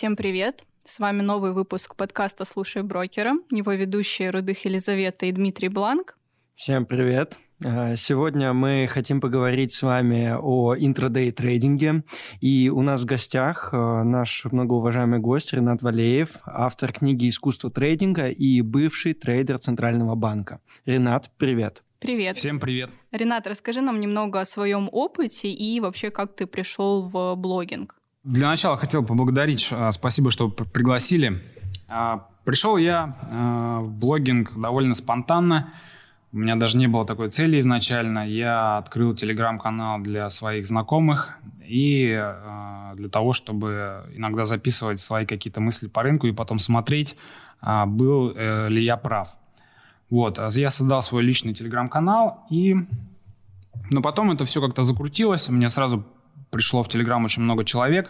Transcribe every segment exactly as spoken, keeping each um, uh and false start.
Всем привет! С вами новый выпуск подкаста «Слушай брокера». Его ведущие Рудых Елизавета и Дмитрий Бланк. Всем привет! Сегодня мы хотим поговорить с вами о интрадей-трейдинге. И у нас в гостях наш многоуважаемый гость Ренат Валеев, автор книги «Искусство трейдинга» и бывший трейдер Центрального банка. Ренат, привет! Привет! Всем привет! Ренат, расскажи нам немного о своем опыте и вообще, как ты пришел в блогинг. Для начала хотел поблагодарить, спасибо, что пригласили. Пришел я в блогинг довольно спонтанно. У меня даже не было такой цели изначально. Я открыл телеграм-канал для своих знакомых и для того, чтобы иногда записывать свои какие-то мысли по рынку и потом смотреть, был ли я прав. Вот, я создал свой личный телеграм-канал, и... но потом это все как-то закрутилось. Мне сразу пришло в телеграм очень много человек,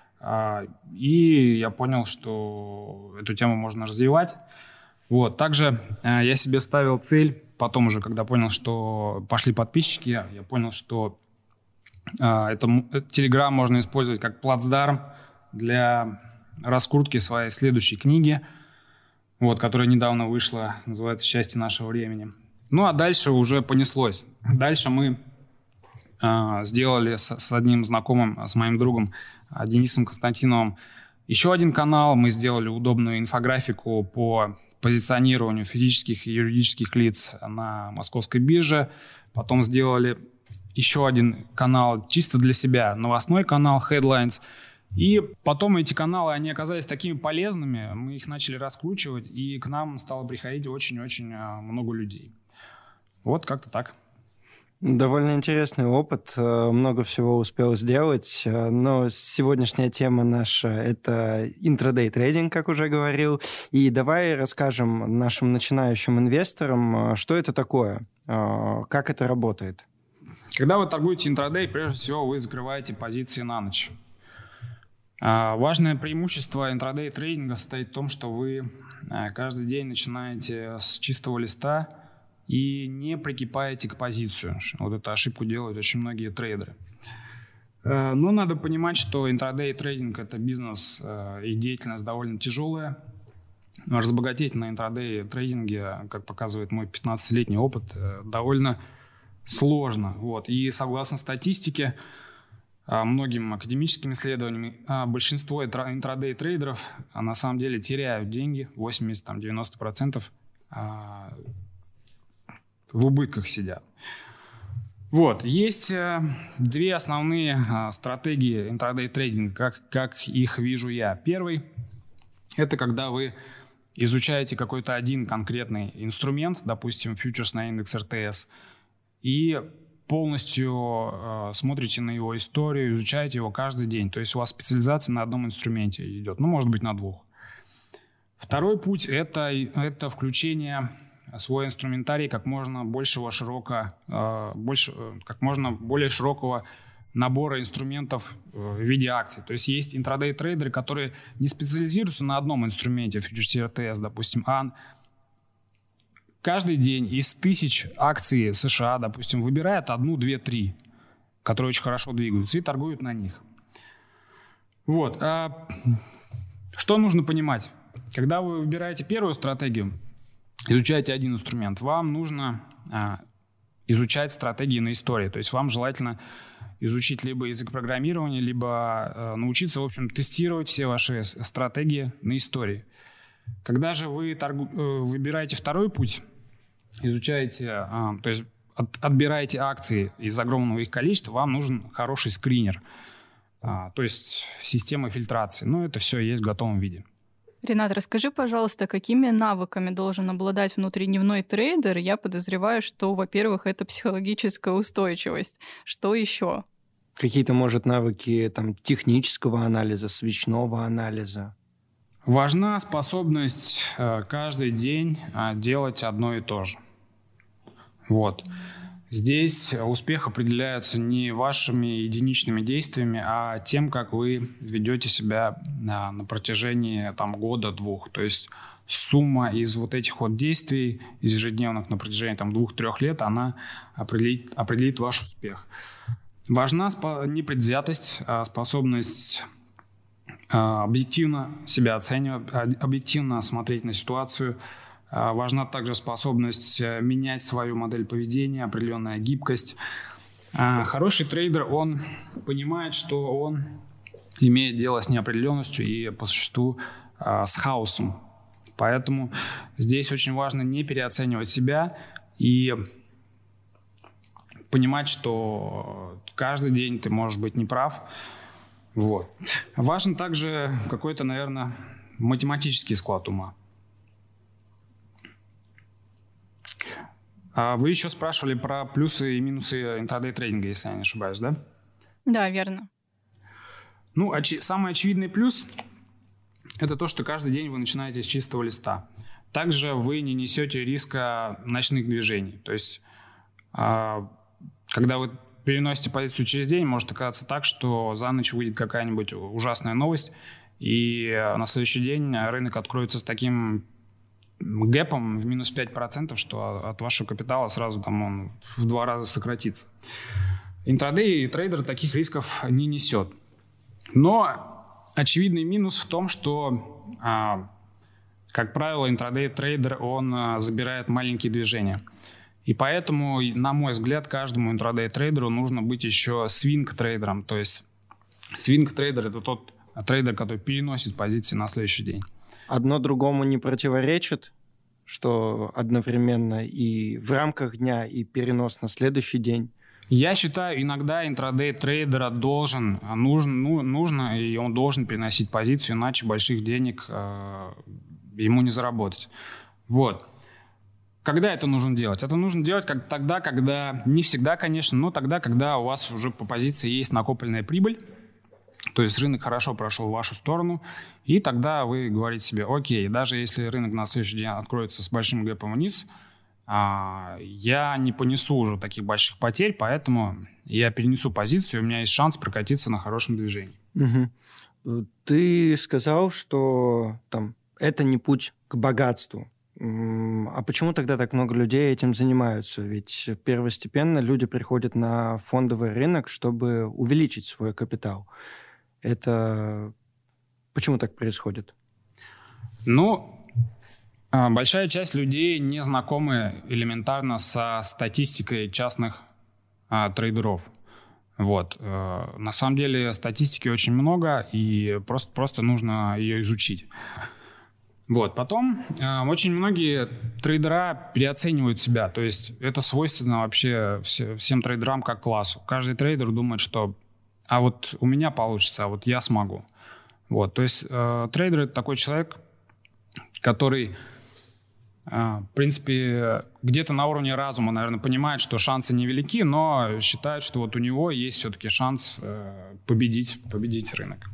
и я понял, что эту тему можно развивать. Вот, также я себе ставил цель. Потом уже, когда понял, что пошли подписчики, я понял, что э, это, Telegram можно использовать как плацдарм для раскрутки своей следующей книги, вот, которая недавно вышла, называется «Счастье нашего времени». Ну, а дальше уже понеслось. Дальше мы э, сделали с, с одним знакомым, с моим другом э, Денисом Константиновым, еще один канал. Мы сделали удобную инфографику по позиционированию физических и юридических лиц на московской бирже. Потом сделали еще один канал чисто для себя, новостной канал Headlines. И потом эти каналы, они оказались такими полезными, мы их начали раскручивать, и к нам стало приходить очень-очень много людей. Вот как-то так. Довольно интересный опыт, много всего успел сделать, но сегодняшняя тема наша – это интрадей-трейдинг, как уже говорил. И давай расскажем нашим начинающим инвесторам, что это такое, как это работает. Когда вы торгуете интрадей, прежде всего вы закрываете позиции на ночь. Важное преимущество интрадей-трейдинга состоит в том, что вы каждый день начинаете с чистого листа и не прикипаете к позицию. Вот эту ошибку делают очень многие трейдеры. Но надо понимать, что интрадей трейдинг – это бизнес и деятельность довольно тяжелая. Разбогатеть на интрадей трейдинге, как показывает мой пятнадцатилетний опыт, довольно сложно. Вот. И согласно статистике, многим академическим исследованиям, большинство интрадей трейдеров на самом деле теряют деньги, восемьдесят-девяносто процентов в убытках сидят. Вот, есть э, две основные э, стратегии интрадей трейдинга, как, как их вижу я. Первый – это когда вы изучаете какой-то один конкретный инструмент, допустим, фьючерс на индекс эр тэ эс, и полностью э, смотрите на его историю, изучаете его каждый день. То есть у вас специализация на одном инструменте идет, ну, может быть, на двух. Второй путь – это, это включение свой инструментарий как можно большего широко, э, больше, как можно более широкого набора инструментов э, в виде акций. То есть есть интрадей-трейдеры, которые не специализируются на одном инструменте, фьючерсе эр тэ эс, допустим, а каждый день из тысяч акций США, допустим, выбирают одну, две, три, которые очень хорошо двигаются, и торгуют на них. Вот. А что нужно понимать? Когда вы выбираете первую стратегию, изучаете один инструмент, вам нужно а, изучать стратегии на истории. То есть вам желательно изучить либо язык программирования, либо а, научиться, в общем, тестировать все ваши стратегии на истории. Когда же вы торгу, выбираете второй путь, изучаете, а, то есть от, отбираете акции из огромного их количества, вам нужен хороший скринер, а, то есть система фильтрации. Ну, это все есть в готовом виде. Ренат, расскажи, пожалуйста, какими навыками должен обладать внутридневной трейдер? Я подозреваю, что, во-первых, это психологическая устойчивость. Что еще? Какие-то, может, навыки там, технического анализа, свечного анализа? Важна способность э, каждый день э, делать одно и то же. Вот. Здесь успех определяется не вашими единичными действиями, а тем, как вы ведете себя на, на протяжении там, года-двух. То есть сумма из вот этих вот действий, из ежедневных на протяжении там, двух-трех лет, она определит, определит ваш успех. Важна непредвзятость, способность объективно себя оценивать, объективно смотреть на ситуацию. Важна также способность менять свою модель поведения, определенная гибкость. Хороший трейдер, он понимает, что он имеет дело с неопределенностью и по существу с хаосом. Поэтому здесь очень важно не переоценивать себя и понимать, что каждый день ты можешь быть неправ. Вот. Важен также какой-то, наверное, математический склад ума. А вы еще спрашивали про плюсы и минусы интрадей трейдинга, если я не ошибаюсь, да? Да, верно. Ну, очи- самый очевидный плюс – это то, что каждый день вы начинаете с чистого листа. Также вы не несете риска ночных движений. То есть, э, когда вы переносите позицию через день, может оказаться так, что за ночь выйдет какая-нибудь ужасная новость, и на следующий день рынок откроется с таким гэпом в минус пять процентов, что от вашего капитала сразу там он в два раза сократится. Интрадей и трейдер таких рисков не несет. Но очевидный минус в том, что, а, как правило, интрадей-трейдер, он а, забирает маленькие движения. И поэтому, на мой взгляд, каждому интрадей-трейдеру нужно быть еще свинг-трейдером. То есть свинг-трейдер – это тот трейдер, который переносит позиции на следующий день. Одно другому не противоречит, что одновременно и в рамках дня, и перенос на следующий день? Я считаю, иногда интрадей трейдера должен, нужно, ну, нужно, и он должен переносить позицию, иначе больших денег э, ему не заработать. Вот. Когда это нужно делать? Это нужно делать как, тогда, когда, не всегда, конечно, но тогда, когда у вас уже по позиции есть накопленная прибыль, то есть рынок хорошо прошел в вашу сторону, и тогда вы говорите себе: окей, даже если рынок на следующий день откроется с большим гэпом вниз, а, я не понесу уже таких больших потерь, поэтому я перенесу позицию, у меня есть шанс прокатиться на хорошем движении. Угу. Ты сказал, что там, это не путь к богатству. А почему тогда так много людей этим занимаются? Ведь первостепенно люди приходят на фондовый рынок, чтобы увеличить свой капитал. Это почему так происходит? Ну, большая часть людей не знакомы элементарно со статистикой частных а, трейдеров. Вот. На самом деле статистики очень много, и просто, просто нужно ее изучить. Вот. Потом э, очень многие трейдера переоценивают себя. То есть это свойственно вообще все, всем трейдерам как классу. Каждый трейдер думает, что а вот у меня получится, а вот я смогу. Вот. То есть э, трейдер — это такой человек, который, э, в принципе, где-то на уровне разума, наверное, понимает, что шансы невелики, но считает, что вот у него есть все-таки шанс э, победить, победить рынок.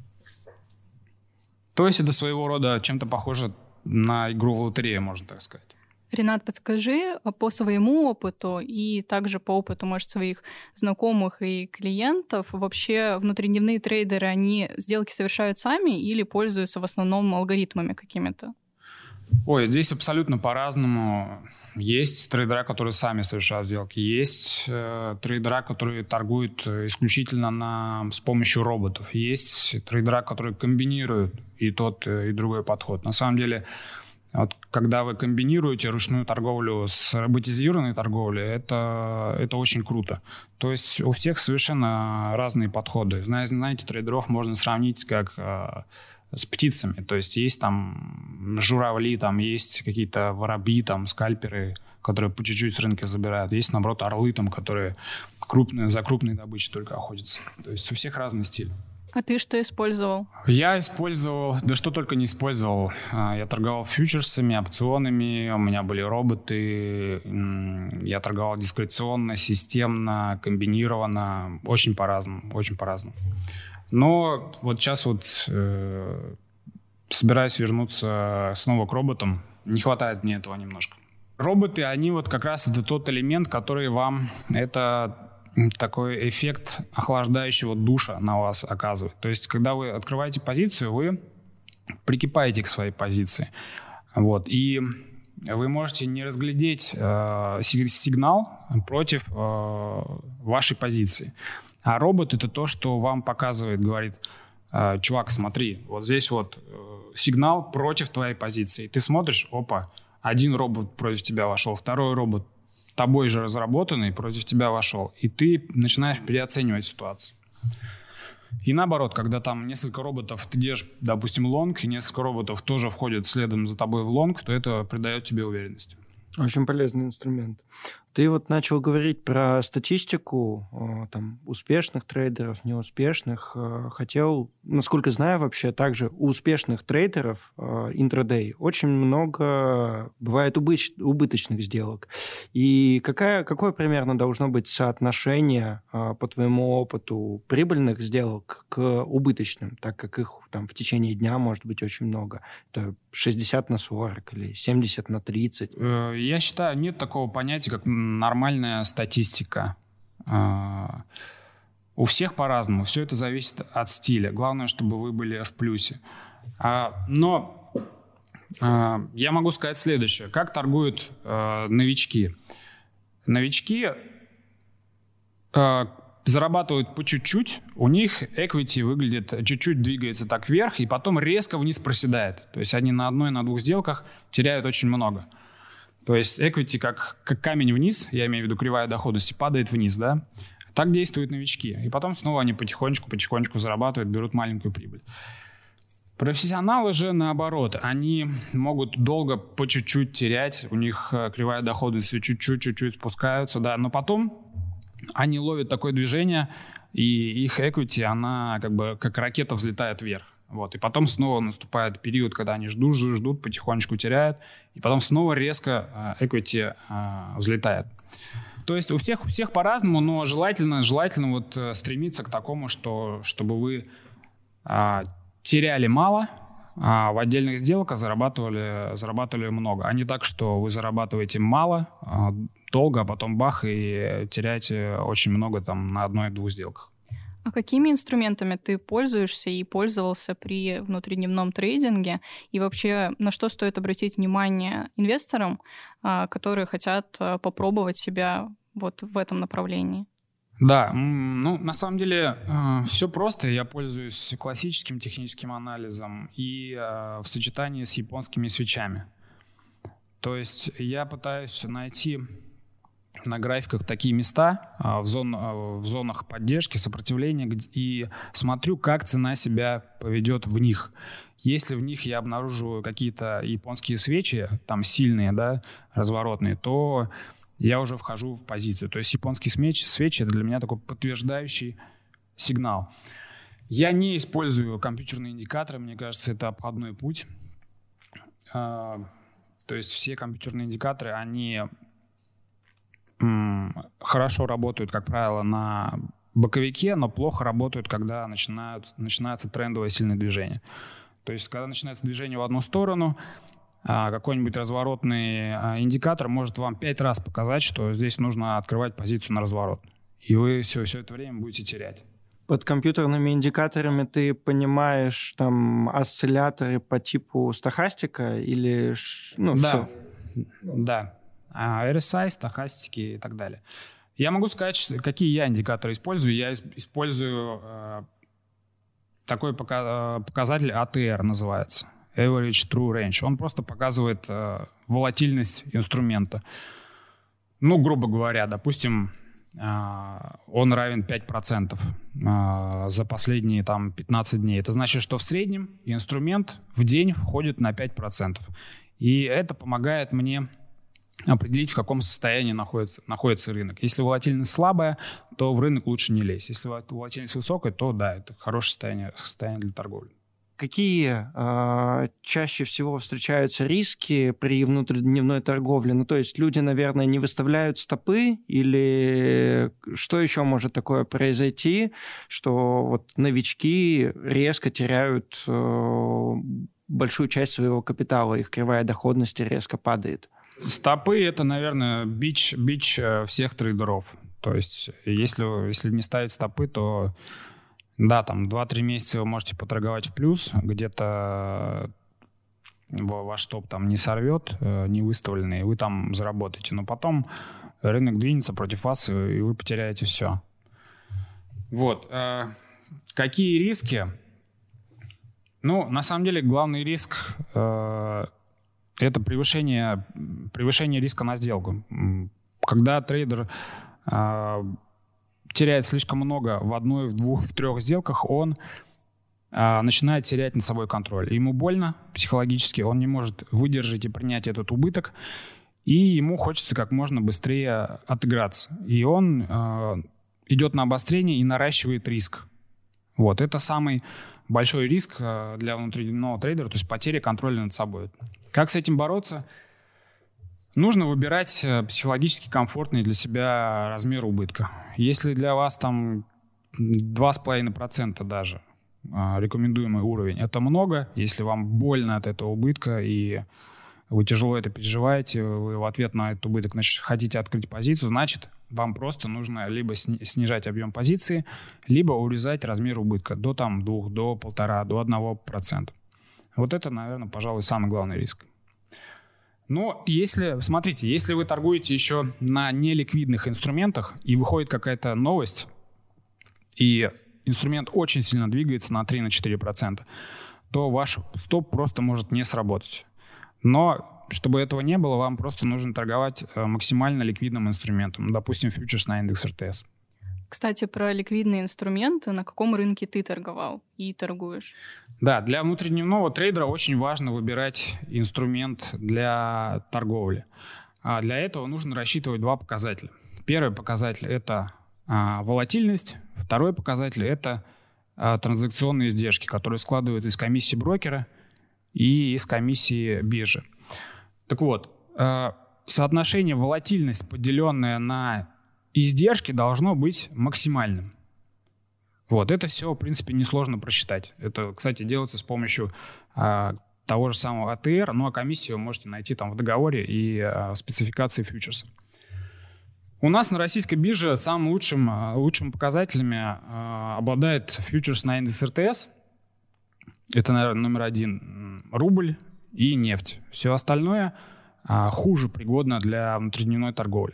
То есть это своего рода чем-то похоже на игру в лотерею, можно так сказать. Ренат, подскажи по своему опыту и также по опыту, может, своих знакомых и клиентов, вообще внутридневные трейдеры, они сделки совершают сами или пользуются в основном алгоритмами какими-то? Ой, здесь абсолютно по-разному. Есть трейдера, которые сами совершают сделки. Есть э, трейдера, которые торгуют исключительно на, с помощью роботов. Есть трейдера, которые комбинируют и тот, и другой подход. На самом деле, вот, когда вы комбинируете ручную торговлю с роботизированной торговлей, это, это очень круто. То есть у всех совершенно разные подходы. Знаете, знаете трейдеров можно сравнить как... Э, с птицами, то есть есть там журавли, там есть какие-то воробьи, там скальперы, которые по чуть-чуть с рынка забирают, есть, наоборот, орлы, там, которые крупные, за крупной добычей только охотятся. То есть у всех разный стиль. А ты что использовал? Я использовал, да что только не использовал. Я торговал фьючерсами, опционами, у меня были роботы, я торговал дискреционно, системно, комбинированно, очень по-разному, очень по-разному. Но вот сейчас вот э, собираюсь вернуться снова к роботам. Не хватает мне этого немножко. Роботы, они вот как раз это тот элемент, который вам, это такой эффект охлаждающего душа на вас оказывает. То есть, когда вы открываете позицию, вы прикипаете к своей позиции. Вот. И вы можете не разглядеть э, сигнал против э, вашей позиции. А робот — это то, что вам показывает, говорит: чувак, смотри, вот здесь вот сигнал против твоей позиции. Ты смотришь, опа, один робот против тебя вошел, второй робот тобой же разработанный против тебя вошел. И ты начинаешь переоценивать ситуацию. И наоборот, когда там несколько роботов, ты держишь, допустим, лонг, и несколько роботов тоже входят следом за тобой в лонг, то это придает тебе уверенности. Очень полезный инструмент. Ты вот начал говорить про статистику там, успешных трейдеров, неуспешных. Хотел, насколько знаю, вообще также у успешных трейдеров интрадей очень много бывает убыч- убыточных сделок. И какая, какое примерно должно быть соотношение, по твоему опыту, прибыльных сделок к убыточным, так как их там в течение дня может быть очень много? Это шестьдесят на сорок или семьдесят на тридцать? Я считаю, нет такого понятия, как нормальная статистика. У всех по-разному. Все это зависит от стиля. Главное, чтобы вы были в плюсе. Но я могу сказать следующее. Как торгуют новички? Новички зарабатывают по чуть-чуть, у них equity выглядит, чуть-чуть двигается так вверх, и потом резко вниз проседает. То есть они на одной, на двух сделках теряют очень много. То есть equity как, как камень вниз, я имею в виду кривая доходности, падает вниз, да? Так действуют новички. И потом снова они потихонечку-потихонечку зарабатывают, берут маленькую прибыль. Профессионалы же, наоборот, они могут долго по чуть-чуть терять, у них кривая доходности чуть-чуть, чуть-чуть спускаются, да, но потом они ловят такое движение, и их equity, она как бы как ракета взлетает вверх. Вот. И потом снова наступает период, когда они ждут, ждут, ждут, потихонечку теряют, и потом снова резко equity взлетает. То есть у всех, у всех по-разному, но желательно, желательно вот стремиться к такому, что, чтобы вы а, теряли мало, а в отдельных сделках зарабатывали, зарабатывали много. А не так, что вы зарабатываете мало, а, долго, а потом бах, и теряете очень много там на одной-двух сделках. А какими инструментами ты пользуешься и пользовался при внутридневном трейдинге? И вообще, на что стоит обратить внимание инвесторам, которые хотят попробовать себя вот в этом направлении? Да, ну, на самом деле э, все просто. Я пользуюсь классическим техническим анализом и э, в сочетании с японскими свечами. То есть я пытаюсь найти на графиках такие места э, в, зон, э, в зонах поддержки, сопротивления, где, и смотрю, как цена себя поведет в них. Если в них я обнаруживаю какие-то японские свечи, там сильные, да, разворотные, то я уже вхожу в позицию. То есть японские свечи, свечи — это для меня такой подтверждающий сигнал. Я не использую компьютерные индикаторы, мне кажется, это обходной путь. То есть все компьютерные индикаторы, они хорошо работают, как правило, на боковике, но плохо работают, когда начинают, начинается трендовое сильное движение. То есть когда начинается движение в одну сторону, какой-нибудь разворотный индикатор может вам пять раз показать, что здесь нужно открывать позицию на разворот. И вы все, все это время будете терять. Под компьютерными индикаторами ты понимаешь там осцилляторы по типу стохастика или ну, да. что? Да. эр эс ай, стохастики и так далее. Я могу сказать, какие я индикаторы использую. Я использую э, такой пока, показатель эй ти ар называется. Average True Range. Он просто показывает э, волатильность инструмента. Ну, грубо говоря, допустим, э, он равен пять процентов э, за последние там, пятнадцать дней. Это значит, что в среднем инструмент в день входит на пять процентов. И это помогает мне определить, в каком состоянии находится, находится рынок. Если волатильность слабая, то в рынок лучше не лезть. Если волатильность высокая, то да, это хорошее состояние, состояние для торговли. Какие э, чаще всего встречаются риски при внутридневной торговле? Ну, то есть люди, наверное, не выставляют стопы, или что еще может такое произойти, что вот новички резко теряют э, большую часть своего капитала, их кривая доходности резко падает? Стопы — это, наверное, бич, бич всех трейдеров. То есть если, если не ставить стопы, то... Да, там два-три месяца вы можете поторговать в плюс, где-то ваш стоп там не сорвет, не выставленный, и вы там заработаете. Но потом рынок двинется против вас, и вы потеряете все. Вот. Какие риски? Ну, на самом деле, главный риск э, – это превышение, превышение риска на сделку. Когда трейдер э, теряет слишком много в одной, в двух, в трех сделках, он э, начинает терять над собой контроль. Ему больно психологически, он не может выдержать и принять этот убыток, и ему хочется как можно быстрее отыграться. И он э, идет на обострение и наращивает риск. Вот, это самый большой риск для внутридневного трейдера, то есть потеря контроля над собой. Как с этим бороться? Нужно выбирать психологически комфортный для себя размер убытка. Если для вас там два с половиной процента даже рекомендуемый уровень, это много. Если вам больно от этого убытка и вы тяжело это переживаете, вы в ответ на этот убыток, значит, хотите открыть позицию, значит, вам просто нужно либо снижать объем позиции, либо урезать размер убытка до там двух, до полтора, до одного процента. Вот это, наверное, пожалуй, самый главный риск. Но если, смотрите, если вы торгуете еще на неликвидных инструментах и выходит какая-то новость, и инструмент очень сильно двигается на три-четыре процента, то ваш стоп просто может не сработать. Но чтобы этого не было, вам просто нужно торговать максимально ликвидным инструментом, допустим, фьючерс на индекс эр тэ эс. Кстати, про ликвидные инструменты, на каком рынке ты торговал и торгуешь? Да, для внутридневного трейдера очень важно выбирать инструмент для торговли. А для этого нужно рассчитывать два показателя. Первый показатель – это а, волатильность, второй показатель – это а, транзакционные издержки, которые складывают из комиссии брокера и из комиссии биржи. Так вот, э, соотношение волатильность, поделенное на издержки, должно быть максимальным. Вот, это все, в принципе, несложно просчитать. Это, кстати, делается с помощью э, того же самого а тэ эр, ну а комиссию вы можете найти там в договоре и э, в спецификации фьючерса. У нас на российской бирже самым лучшим, лучшими показателями э, обладает фьючерс на индекс эр тэ эс. Это, наверное, номер один. Рубль и нефть. Все остальное а, хуже пригодно для внутридневной торговли.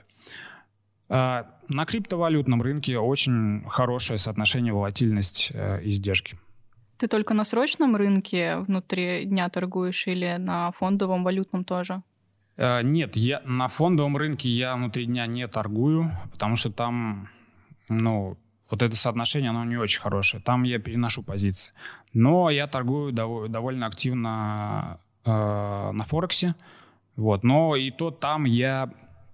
А, на криптовалютном рынке очень хорошее соотношение волатильность-издержки. Ты только на срочном рынке внутри дня торгуешь или на фондовом валютном тоже? А, нет, я, на фондовом рынке я внутри дня не торгую, потому что там, ну... Вот это соотношение, оно не очень хорошее. Там я переношу позиции. Но я торгую дов- довольно активно э, на Форексе. Вот. Но и то там я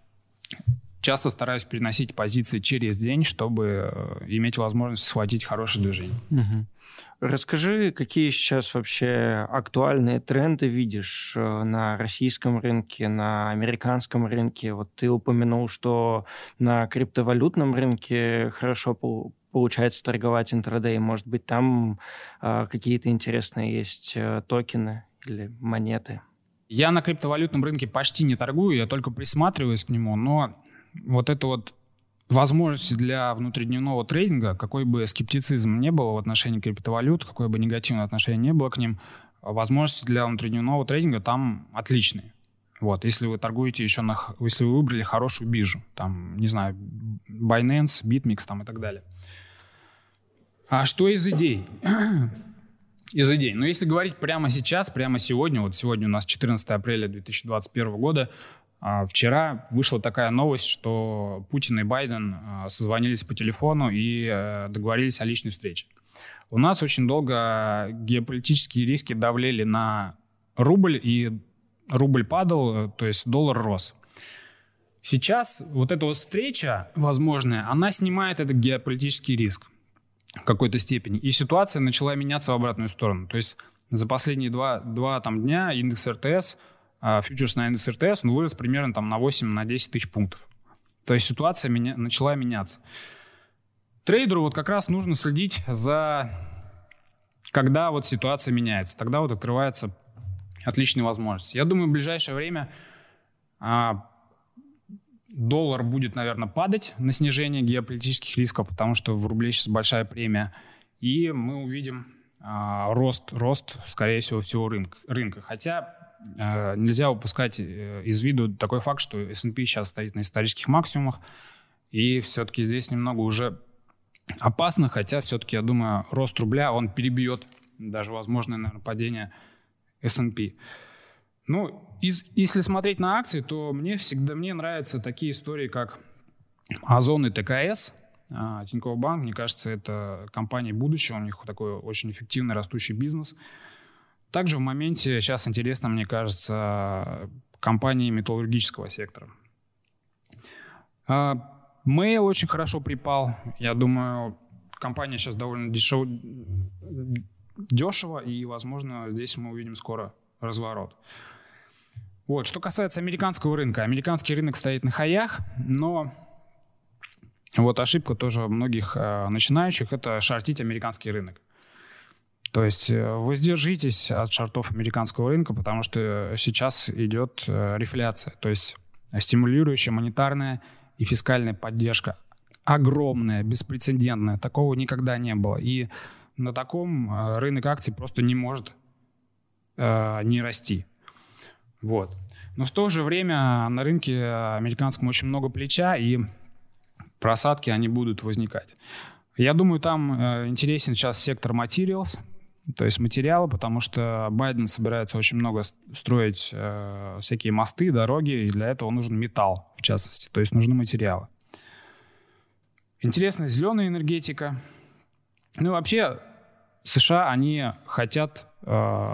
часто стараюсь переносить позиции через день, чтобы э, иметь возможность схватить хорошее движение. Угу. Расскажи, какие сейчас вообще актуальные тренды видишь на российском рынке, на американском рынке? Вот ты упомянул, что на криптовалютном рынке хорошо получается торговать интрадей. Может быть, там э, какие-то интересные есть э, токены или монеты? Я на криптовалютном рынке почти не торгую, я только присматриваюсь к нему, но вот это вот возможности для внутридневного трейдинга, какой бы скептицизм не было в отношении криптовалют, какое бы негативное отношение не было к ним, возможности для внутридневного трейдинга там отличные. Вот, если вы торгуете еще на... Если вы выбрали хорошую биржу, там, не знаю, Binance, BitMEX там и так далее. А что из идей? из идей. Но если говорить прямо сейчас, прямо сегодня, вот сегодня у нас четырнадцатое апреля две тысячи двадцать первого года, а вчера вышла такая новость, что Путин и Байден созвонились по телефону и договорились о личной встрече. У нас очень долго геополитические риски давлели на рубль, и рубль падал, то есть доллар рос. Сейчас вот эта вот встреча возможная, она снимает этот геополитический риск в какой-то степени. И ситуация начала меняться в обратную сторону. То есть за последние два, два там, дня индекс эр тэ эс, фьючерс на индекс эр тэ эс, он вырос примерно там, на восемь-десять тысяч пунктов. То есть ситуация меня, начала меняться. Трейдеру вот как раз нужно следить за... Когда вот ситуация меняется. Тогда вот открываются отличные возможности. Я думаю, в ближайшее время а, доллар будет, наверное, падать на снижение геополитических рисков, потому что в рубле сейчас большая премия. И мы увидим а, рост, рост, скорее всего, всего рынка. рынка. Хотя... Нельзя упускать из виду такой факт, что эс энд пи сейчас стоит на исторических максимумах, и все-таки здесь немного уже опасно, хотя все-таки, я думаю, рост рубля, он перебьет даже возможное, наверное, падение эс энд пи. Ну, из, если смотреть на акции, то мне всегда мне нравятся такие истории, как Озон и тэ ка эс. А, Тинькофф Банк, мне кажется, это компании будущего, у них такой очень эффективный растущий бизнес. Также в моменте сейчас интересно, мне кажется, компании металлургического сектора. Mail очень хорошо припал. Я думаю, компания сейчас довольно дешев... дешево, и, возможно, здесь мы увидим скоро разворот. Вот. Что касается американского рынка. Американский рынок стоит на хаях, но вот ошибка тоже многих э, начинающих – это шортить американский рынок. То есть э, вы сдержитесь от шортов американского рынка, потому что сейчас идет э, рефляция, то есть стимулирующая монетарная и фискальная поддержка огромная, беспрецедентная. Такого никогда не было. И на таком э, рынок акций просто не может э, не расти. Вот. Но в то же время на рынке американском очень много плеча, и просадки, они будут возникать. Я думаю, там э, интересен сейчас сектор materials, то есть материалы, потому что Байден собирается очень много строить э, всякие мосты, дороги, и для этого нужен металл, в частности, то есть нужны материалы. Интересна зеленая энергетика. Ну и вообще США, они хотят, э,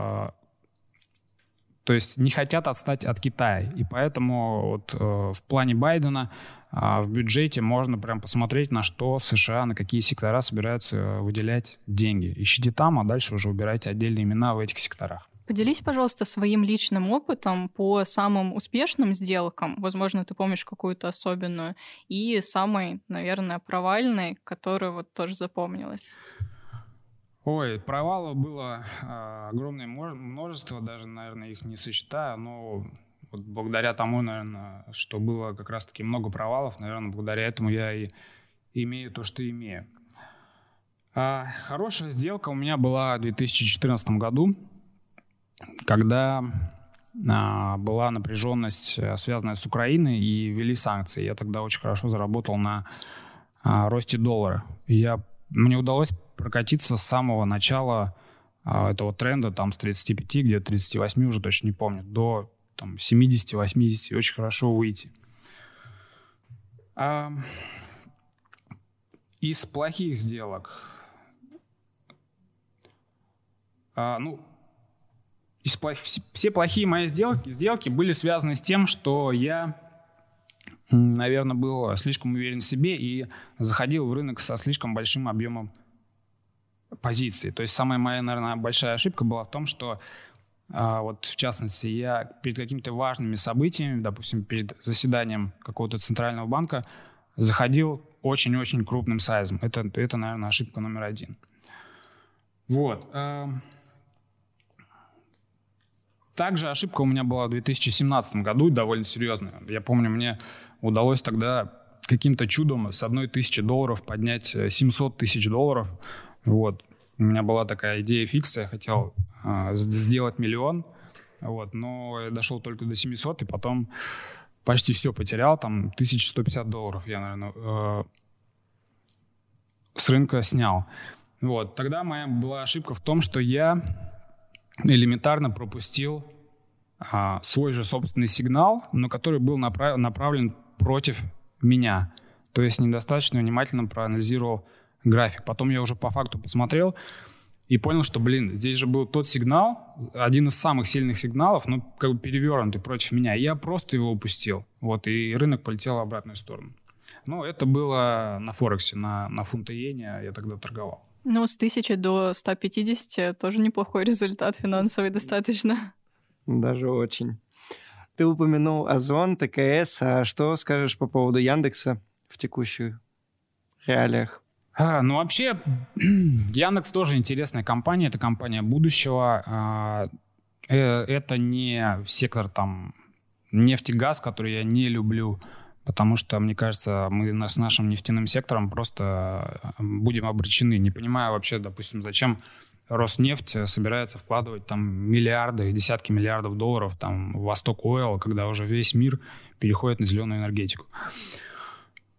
то есть не хотят отстать от Китая, и поэтому вот, э, в плане Байдена э, в бюджете можно прям посмотреть, на что США, на какие сектора собираются выделять деньги. Ищите там, а дальше уже выбирайте отдельные имена в этих секторах. Поделись, пожалуйста, своим личным опытом по самым успешным сделкам. Возможно, ты помнишь какую-то особенную. И самой, наверное, провальной, которая вот тоже запомнилась. Ой, провалов было э, огромное множество, даже, наверное, их не сосчитаю, но вот благодаря тому, наверное, что было как раз-таки много провалов, наверное, благодаря этому я и имею то, что имею. А хорошая сделка у меня была в две тысячи четырнадцатом году, когда а, была напряженность, связанная с Украиной, и ввели санкции. Я тогда очень хорошо заработал на а, росте доллара. И я, мне удалось прокатиться с самого начала а, этого тренда, там с тридцати пяти, где-то тридцати восьми, уже точно не помню, до там, семидесяти-восьмидесяти, очень хорошо выйти. А, из плохих сделок, а, ну, из плох... все плохие мои сделки, сделки были связаны с тем, что я, наверное, был слишком уверен в себе и заходил в рынок со слишком большим объемом позиций. То есть самая моя, наверное, большая ошибка была в том, что а, вот в частности я перед какими-то важными событиями, допустим, перед заседанием какого-то центрального банка, заходил очень-очень крупным сайзом. Это, это, наверное, ошибка номер один. Вот. Также ошибка у меня была в две тысячи семнадцатом году, довольно серьезная. Я помню, мне удалось тогда каким-то чудом с одной тысячи долларов поднять семьсот тысяч долларов. Вот. У меня была такая идея фикса, я хотел э, сделать миллион, вот, но я дошел только до семисот, и потом почти все потерял, там тысяча сто пятьдесят долларов я, наверное, э, с рынка снял. Вот. Тогда моя была ошибка в том, что я элементарно пропустил а, свой же собственный сигнал, но который был направ- направлен против меня. То есть недостаточно внимательно проанализировал график. Потом я уже по факту посмотрел и понял, что, блин, здесь же был тот сигнал, один из самых сильных сигналов, но как бы перевернутый против меня. И я просто его упустил. Вот, и рынок полетел в обратную сторону. Ну, это было на Форексе, на, на фунт-иене я тогда торговал. Ну, с тысячи до ста пятидесяти тоже неплохой результат финансовый достаточно. Даже очень. Ты упомянул Озон, тэ ка эс. А что скажешь по поводу Яндекса в текущих реалиях? А, ну, вообще, Яндекс тоже интересная компания. Это компания будущего. Это не сектор там нефть и газ, который я не люблю. Потому что, мне кажется, мы с нашим нефтяным сектором просто будем обречены. Не понимаю вообще, допустим, зачем Роснефть собирается вкладывать там миллиарды, десятки миллиардов долларов там, в Восток Ойл, когда уже весь мир переходит на зеленую энергетику.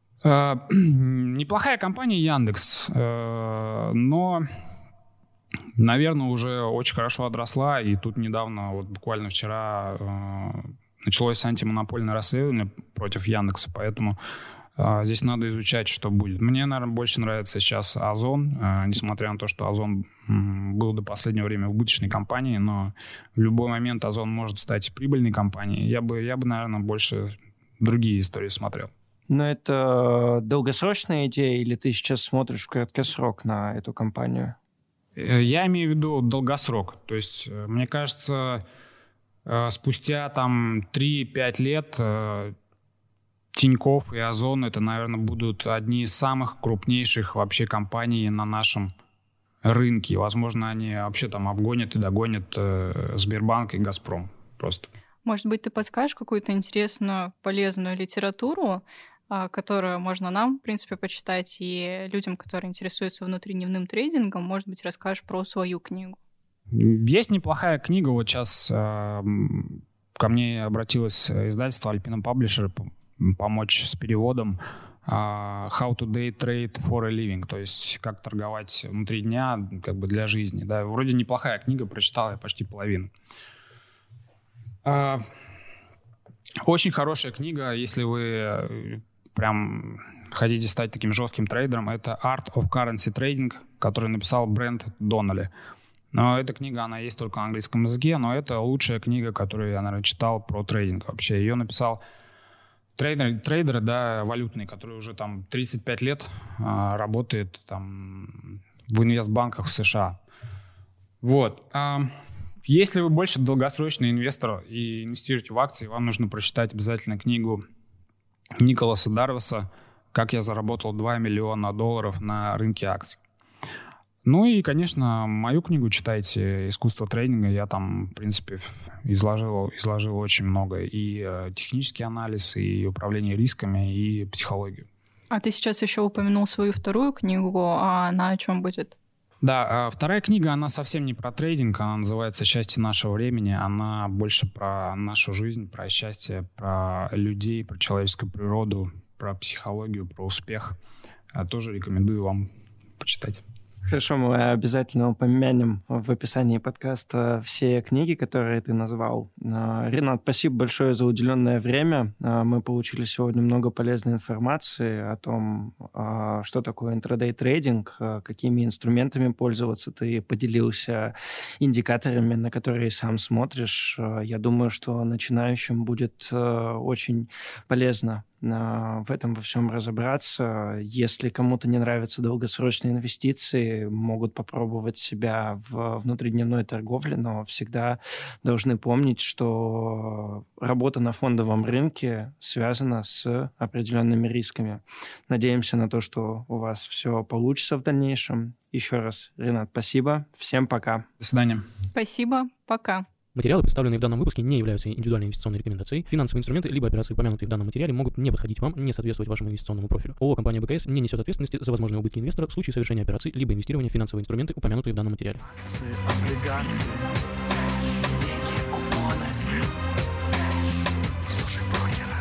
Неплохая компания Яндекс, но наверное, уже очень хорошо отросла, и тут недавно, вот буквально вчера, э, началось антимонопольное расследование против Яндекса, поэтому э, здесь надо изучать, что будет. Мне, наверное, больше нравится сейчас Озон, э, несмотря на то, что Озон э, был до последнего времени убыточной компанией, но в любой момент Озон может стать прибыльной компанией. Я бы, я бы, наверное, больше другие истории смотрел. Но это долгосрочная идея, или ты сейчас смотришь в краткосрок на эту компанию? Я имею в виду долгосрок. То есть, мне кажется, спустя там три-пять лет Тинькофф и Озон — это, наверное, будут одни из самых крупнейших вообще компаний на нашем рынке. Возможно, они вообще там обгонят и догонят Сбербанк и Газпром просто. Может быть, ты подскажешь какую-то интересную, полезную литературу, которую можно нам, в принципе, почитать, и людям, которые интересуются внутридневным трейдингом, может быть, расскажешь про свою книгу? Есть неплохая книга. Вот сейчас э, ко мне обратилось издательство Alpina Publisher помочь с переводом э, How to Day Trade for a Living, то есть как торговать внутри дня как бы для жизни. Да, вроде неплохая книга, прочитал я почти половину. Э, очень хорошая книга, если вы прям хотите стать таким жестким трейдером, это Art of Currency Trading, который написал Брент Доннелли. Но эта книга, она есть только на английском языке, но это лучшая книга, которую я, наверное, читал про трейдинг вообще. Ее написал трейдер, трейдер, да, валютный, который уже там тридцать пять лет а, работает там в инвестбанках в США. Вот. А, если вы больше долгосрочный инвестор и инвестируете в акции, вам нужно прочитать обязательно книгу Николаса Дарвеса «Как я заработал два миллиона долларов на рынке акций». Ну и, конечно, мою книгу читайте «Искусство трейдинга». Я там, в принципе, изложил, изложил очень много. И э, технический анализ, и управление рисками, и психологию. А ты сейчас еще упомянул свою вторую книгу. А она о чем будет? Да, вторая книга, она совсем не про трейдинг, она называется «Счастье нашего времени». Она больше про нашу жизнь, про счастье, про людей, про человеческую природу, про психологию, про успех. Тоже рекомендую вам почитать. Хорошо, мы обязательно упомянем в описании подкаста все книги, которые ты назвал. Ренат, спасибо большое за уделенное время. Мы получили сегодня много полезной информации о том, что такое интрадей трейдинг, какими инструментами пользоваться. Ты поделился индикаторами, на которые сам смотришь. Я думаю, что начинающим будет очень полезно в этом во всем разобраться. Если кому-то не нравятся долгосрочные инвестиции, могут попробовать себя в внутридневной торговле, но всегда должны помнить, что работа на фондовом рынке связана с определенными рисками. Надеемся на то, что у вас все получится в дальнейшем. Еще раз, Ренат, спасибо. Всем пока. До свидания. Спасибо. Пока. Материалы, представленные в данном выпуске, не являются индивидуальной инвестиционной рекомендацией. Финансовые инструменты либо операции, упомянутые в данном материале, могут не подходить вам, не соответствовать вашему инвестиционному профилю. ООО «Компания БКС» не несет ответственности за возможные убытки инвестора в случае совершения операций либо инвестирования в финансовые инструменты, упомянутые в данном материале. Акции, облигации, деньги, купоны. Слушай брокера.